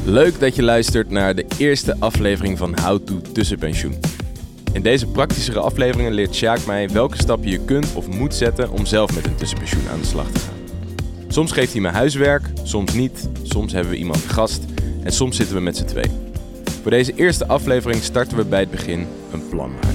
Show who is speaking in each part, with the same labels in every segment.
Speaker 1: Leuk dat je luistert naar de eerste aflevering van How to Tussenpensioen. In deze praktischere afleveringen leert Sjaak mij welke stappen je kunt of moet zetten om zelf met een tussenpensioen aan de slag te gaan. Soms geeft hij me huiswerk, soms niet, soms hebben we iemand te gast en soms zitten we met z'n twee. Voor deze eerste aflevering starten we bij het begin een plan maken.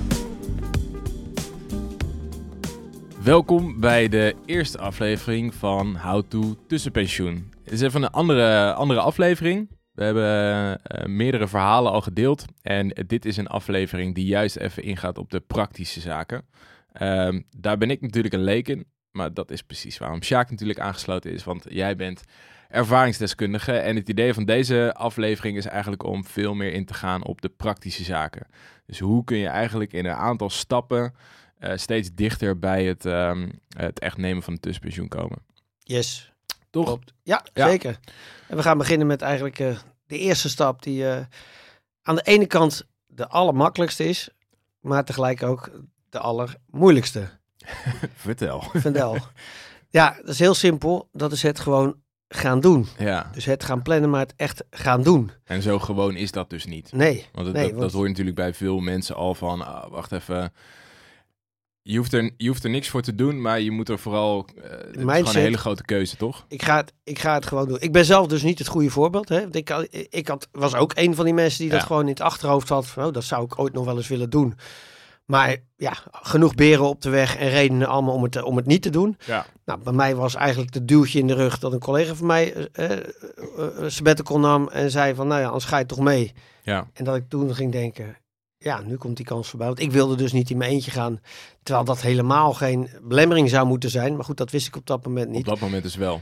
Speaker 1: Welkom bij de eerste aflevering van How to Tussenpensioen. Het is even een andere aflevering. We hebben meerdere verhalen al gedeeld. En dit is een aflevering die juist even ingaat op de praktische zaken. Daar ben ik natuurlijk een leek in. Maar dat is precies waarom Sjaak natuurlijk aangesloten is. Want jij bent ervaringsdeskundige. En het idee van deze aflevering is eigenlijk om veel meer in te gaan op de praktische zaken. Dus hoe kun je eigenlijk in een aantal stappen steeds dichter bij het echt nemen van een tussenpensioen komen.
Speaker 2: Yes.
Speaker 1: Toch?
Speaker 2: Klopt. Ja, zeker. En we gaan beginnen met eigenlijk de eerste stap die aan de ene kant de allermakkelijkste is, maar tegelijk ook de allermoeilijkste.
Speaker 1: Vertel.
Speaker 2: Ja, dat is heel simpel. Dat is het gewoon gaan doen.
Speaker 1: Ja.
Speaker 2: Dus het gaan plannen, maar het echt gaan doen.
Speaker 1: En zo gewoon is dat dus niet.
Speaker 2: Nee.
Speaker 1: Want dat hoor je natuurlijk bij veel mensen al van, wacht even. Je hoeft er niks voor te doen, maar je moet er vooral... het is gewoon een hele grote keuze, toch?
Speaker 2: Ik ga het gewoon doen. Ik ben zelf dus niet het goede voorbeeld. Hè? Want was ook een van die mensen die dat gewoon in het achterhoofd had. Van, dat zou ik ooit nog wel eens willen doen. Maar ja, genoeg beren op de weg en redenen allemaal om het niet te doen. Ja. Nou, bij mij was eigenlijk de duwtje in de rug dat een collega van mij sabbatical nam en zei van, nou ja, anders ga je toch mee. Ja. En dat ik toen ging denken... Ja, nu komt die kans voorbij. Want ik wilde dus niet in mijn eentje gaan. Terwijl dat helemaal geen belemmering zou moeten zijn. Maar goed, dat wist ik op dat moment niet.
Speaker 1: Op dat moment dus wel.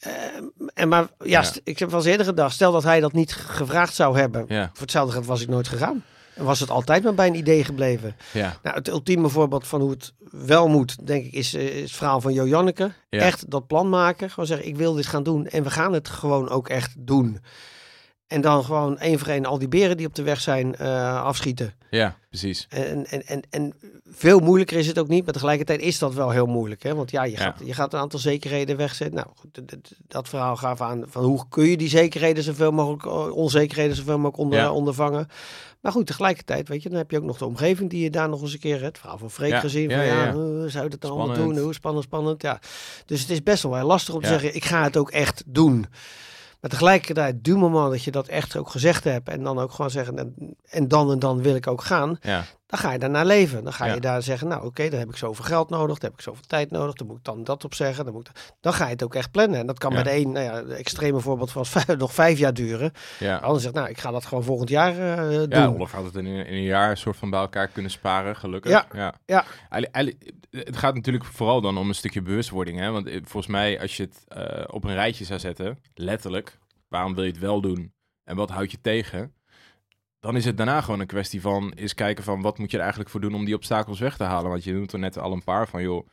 Speaker 2: Ik heb wel eens eerder gedacht. Stel dat hij dat niet gevraagd zou hebben. Ja. Voor hetzelfde geld was ik nooit gegaan. En was het altijd maar bij een idee gebleven. Ja. Nou, het ultieme voorbeeld van hoe het wel moet, denk ik, is het verhaal van Jo Janneke. Ja. Echt dat plan maken. Gewoon zeggen, ik wil dit gaan doen. En we gaan het gewoon ook echt doen. En dan gewoon één voor één al die beren die op de weg zijn afschieten. Ja,
Speaker 1: precies.
Speaker 2: En veel moeilijker is het ook niet, maar tegelijkertijd is dat wel heel moeilijk. Hè? Want ja, je gaat een aantal zekerheden wegzetten. Nou, goed, dat verhaal gaf aan van hoe kun je die zekerheden zoveel mogelijk, onzekerheden zoveel mogelijk ondervangen. Maar goed, tegelijkertijd, weet je, dan heb je ook nog de omgeving die je daar nog eens een keer, het verhaal van Freek gezien. Zou je dat dan allemaal doen? Hoe spannend. Ja. Dus het is best wel lastig om te zeggen, ik ga het ook echt doen. Maar tegelijkertijd, du moment dat je dat echt ook gezegd hebt en dan ook gewoon zeggen, en dan wil ik ook gaan, dan ga je daarnaar leven. Dan ga je daar zeggen, nou oké, dan heb ik zoveel geld nodig, dan heb ik zoveel tijd nodig, dan moet ik dan dat op zeggen. Dan ga je het ook echt plannen. En dat kan bij de een, de extreme voorbeeld van nog 5 jaar duren. Ja. De ander zegt, nou ik ga dat gewoon volgend jaar doen.
Speaker 1: Ja, of gaat het in een jaar een soort van bij elkaar kunnen sparen, gelukkig. Ja. Het gaat natuurlijk vooral dan om een stukje bewustwording. Hè? Want volgens mij, als je het op een rijtje zou zetten, letterlijk, waarom wil je het wel doen en wat houdt je tegen, dan is het daarna gewoon een kwestie van eens kijken van wat moet je er eigenlijk voor doen om die obstakels weg te halen. Want je noemt er net al een paar van, joh.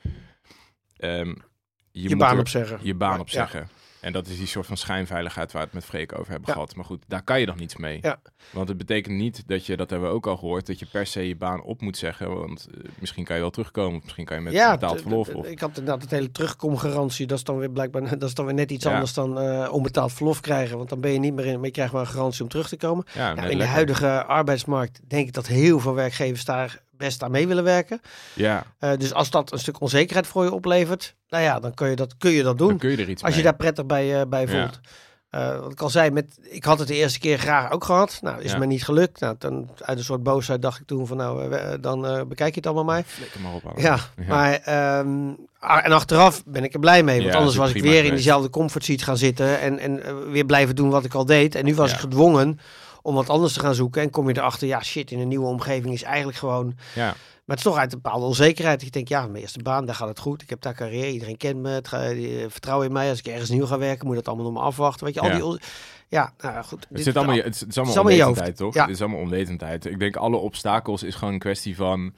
Speaker 2: Je baan opzeggen.
Speaker 1: Je baan opzeggen. Ja. En dat is die soort van schijnveiligheid waar we het met Freek over hebben gehad. Maar goed, daar kan je nog niets mee. Ja. Want het betekent niet dat je, dat hebben we ook al gehoord, dat je per se je baan op moet zeggen. Want misschien kan je wel terugkomen. Of misschien kan je met betaald verlof.
Speaker 2: Ik had inderdaad het hele terugkomgarantie. Dat is dan weer blijkbaar, dat is dan weer net iets anders dan onbetaald verlof krijgen. Want dan ben je niet meer in, maar je krijgt wel een garantie om terug te komen. Ja, in de huidige arbeidsmarkt denk ik dat heel veel werkgevers daar best aan mee willen werken. Ja. Dus als dat een stuk onzekerheid voor je oplevert, nou ja, dan kun je dat doen.
Speaker 1: Dan kun je er iets
Speaker 2: als je daar prettig bij voelt. Wat ik al zei, ik had het de eerste keer graag ook gehad. Nou, is me niet gelukt. Nou, dan uit een soort boosheid dacht ik toen van, dan bekijk je het allemaal maar.
Speaker 1: Flikker maar op.
Speaker 2: Maar en achteraf ben ik er blij mee. Want anders was ik weer in diezelfde comfortzeat gaan zitten en weer blijven doen wat ik al deed. En nu was ik gedwongen om wat anders te gaan zoeken. En kom je erachter, in een nieuwe omgeving is eigenlijk gewoon... Ja. Maar het is toch uit een bepaalde onzekerheid. Je denkt, mijn eerste baan, daar gaat het goed. Ik heb daar carrière, iedereen kent me. Vertrouwen in mij. Als ik ergens nieuw ga werken, moet je dat allemaal nog maar afwachten. Weet je, al die... goed.
Speaker 1: Het is allemaal onwetendheid, toch? Ja. Het is allemaal onwetendheid. Ik denk, alle obstakels is gewoon een kwestie van...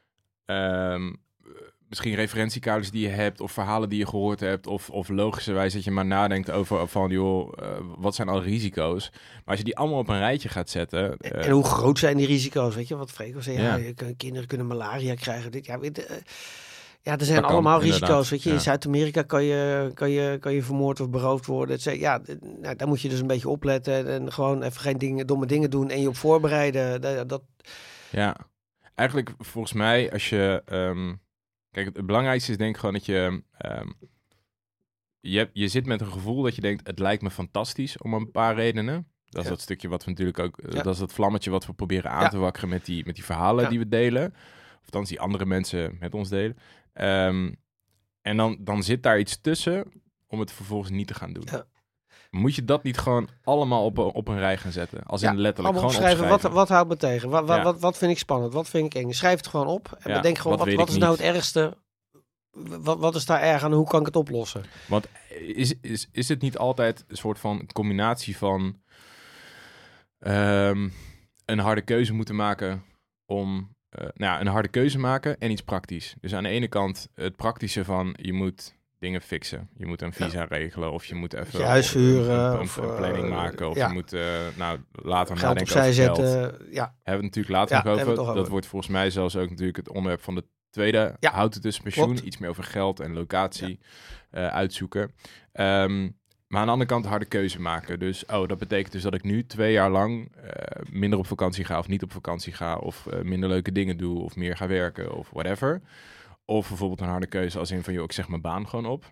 Speaker 1: misschien referentiekaders die je hebt, of verhalen die je gehoord hebt, of logischerwijs dat je maar nadenkt over van, joh, wat zijn alle risico's? Maar als je die allemaal op een rijtje gaat zetten...
Speaker 2: En hoe groot zijn die risico's? Weet je, wat Freek zei, kinderen kunnen malaria krijgen. Ja, er zijn
Speaker 1: Dat
Speaker 2: allemaal
Speaker 1: kan,
Speaker 2: risico's.
Speaker 1: inderdaad.
Speaker 2: Weet je.
Speaker 1: Ja.
Speaker 2: In Zuid-Amerika kan je vermoord of beroofd worden. Daar moet je dus een beetje opletten. En gewoon even geen domme dingen doen en je op voorbereiden.
Speaker 1: Ja, eigenlijk volgens mij als je... kijk, het belangrijkste is denk ik gewoon dat je... je zit met een gevoel dat je denkt, het lijkt me fantastisch om een paar redenen. Dat is dat stukje wat we natuurlijk ook... Dat is dat vlammetje wat we proberen aan te wakkeren met die verhalen die we delen. Of althans die andere mensen met ons delen. En dan zit daar iets tussen om het vervolgens niet te gaan doen. Ja. Moet je dat niet gewoon allemaal op een rij gaan zetten? Als in letterlijk gewoon opschrijven.
Speaker 2: Wat houdt me tegen? Wat vind ik spannend? Wat vind ik eng? Schrijf het gewoon op. En bedenk gewoon, wat is nou het ergste? Wat is daar erg aan? Hoe kan ik het oplossen?
Speaker 1: Want is het niet altijd een soort van combinatie van een harde keuze moeten maken om... een harde keuze maken en iets praktisch. Dus aan de ene kant het praktische van je moet dingen fixen. Je moet een visa regelen of je moet even
Speaker 2: je huis verhuren,
Speaker 1: een planning maken of je moet later
Speaker 2: geld
Speaker 1: nadenken
Speaker 2: opzij
Speaker 1: over
Speaker 2: zetten.
Speaker 1: geld. Hebben we het natuurlijk later nog over. Dat wordt volgens mij zelfs ook natuurlijk het onderwerp van de tweede houten tussenpensioen. Klopt. Iets meer over geld en locatie uitzoeken. Maar aan de andere kant harde keuze maken. Dus dat betekent dus dat ik nu 2 jaar lang minder op vakantie ga of niet op vakantie ga. Of minder leuke dingen doe of meer ga werken of whatever. Of bijvoorbeeld een harde keuze als in van, ik zeg mijn baan gewoon op.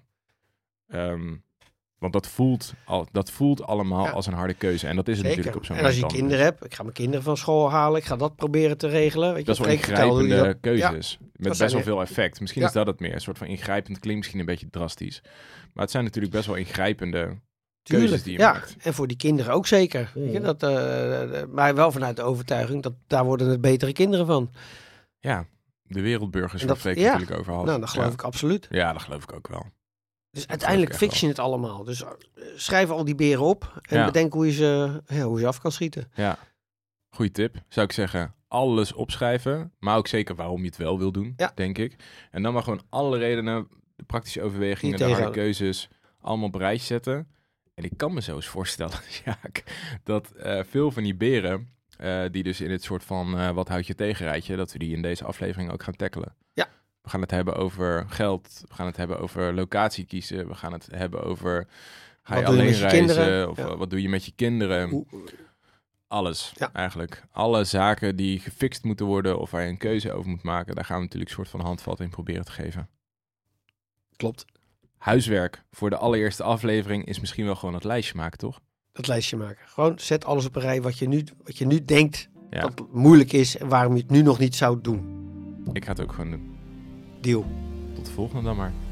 Speaker 1: Want dat voelt allemaal als een harde keuze. En dat is het natuurlijk op zo'n moment.
Speaker 2: En als je kinderen hebt, ik ga mijn kinderen van school halen. Ik ga dat proberen te regelen. Weet je,
Speaker 1: dat is wel ingrijpende keuzes. Met best wel veel effect. Misschien is dat het meer. Een soort van ingrijpend klinkt misschien een beetje drastisch. Maar het zijn natuurlijk best wel ingrijpende keuzes die je maakt.
Speaker 2: En voor die kinderen ook zeker. Weet je, maar wel vanuit de overtuiging dat daar worden het betere kinderen van.
Speaker 1: Ja, de wereldburgers waar Freek natuurlijk over had.
Speaker 2: Nou, dat geloof ik absoluut.
Speaker 1: Ja, dat geloof ik ook wel.
Speaker 2: Dus uiteindelijk fix je het allemaal. Dus schrijf al die beren op en bedenk hoe je ze af kan schieten.
Speaker 1: Ja, goeie tip. Zou ik zeggen, alles opschrijven, maar ook zeker waarom je het wel wil doen, denk ik. En dan maar gewoon alle redenen, de praktische overwegingen, de harde keuzes, allemaal op een rijtje zetten. En ik kan me zo eens voorstellen, Sjaak, dat veel van die beren, die dus in het soort van wat houd je tegen rijtje, dat we die in deze aflevering ook gaan tackelen.
Speaker 2: Ja.
Speaker 1: We gaan het hebben over geld, we gaan het hebben over locatie kiezen, we gaan het hebben over ga je alleen reizen of wat doe je met je kinderen. Alles eigenlijk. Alle zaken die gefixt moeten worden of waar je een keuze over moet maken, daar gaan we natuurlijk een soort van handvat in proberen te geven.
Speaker 2: Klopt.
Speaker 1: Huiswerk voor de allereerste aflevering is misschien wel gewoon het lijstje maken, toch?
Speaker 2: Dat lijstje maken. Gewoon zet alles op een rij wat je nu denkt dat het moeilijk is en waarom je het nu nog niet zou doen.
Speaker 1: Ik ga het ook gewoon doen.
Speaker 2: Deal.
Speaker 1: Tot de volgende dan maar.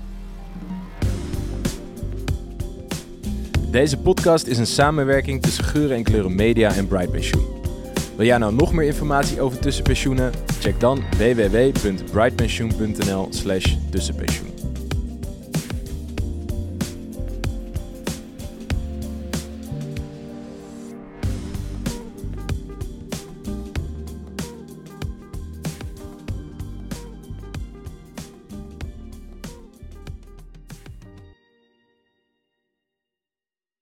Speaker 1: Deze podcast is een samenwerking tussen Geuren en Kleuren Media en Bright Pensioen. Wil jij nou nog meer informatie over tussenpensioenen? Check dan www.brightpensioen.nl/tussenpensioen.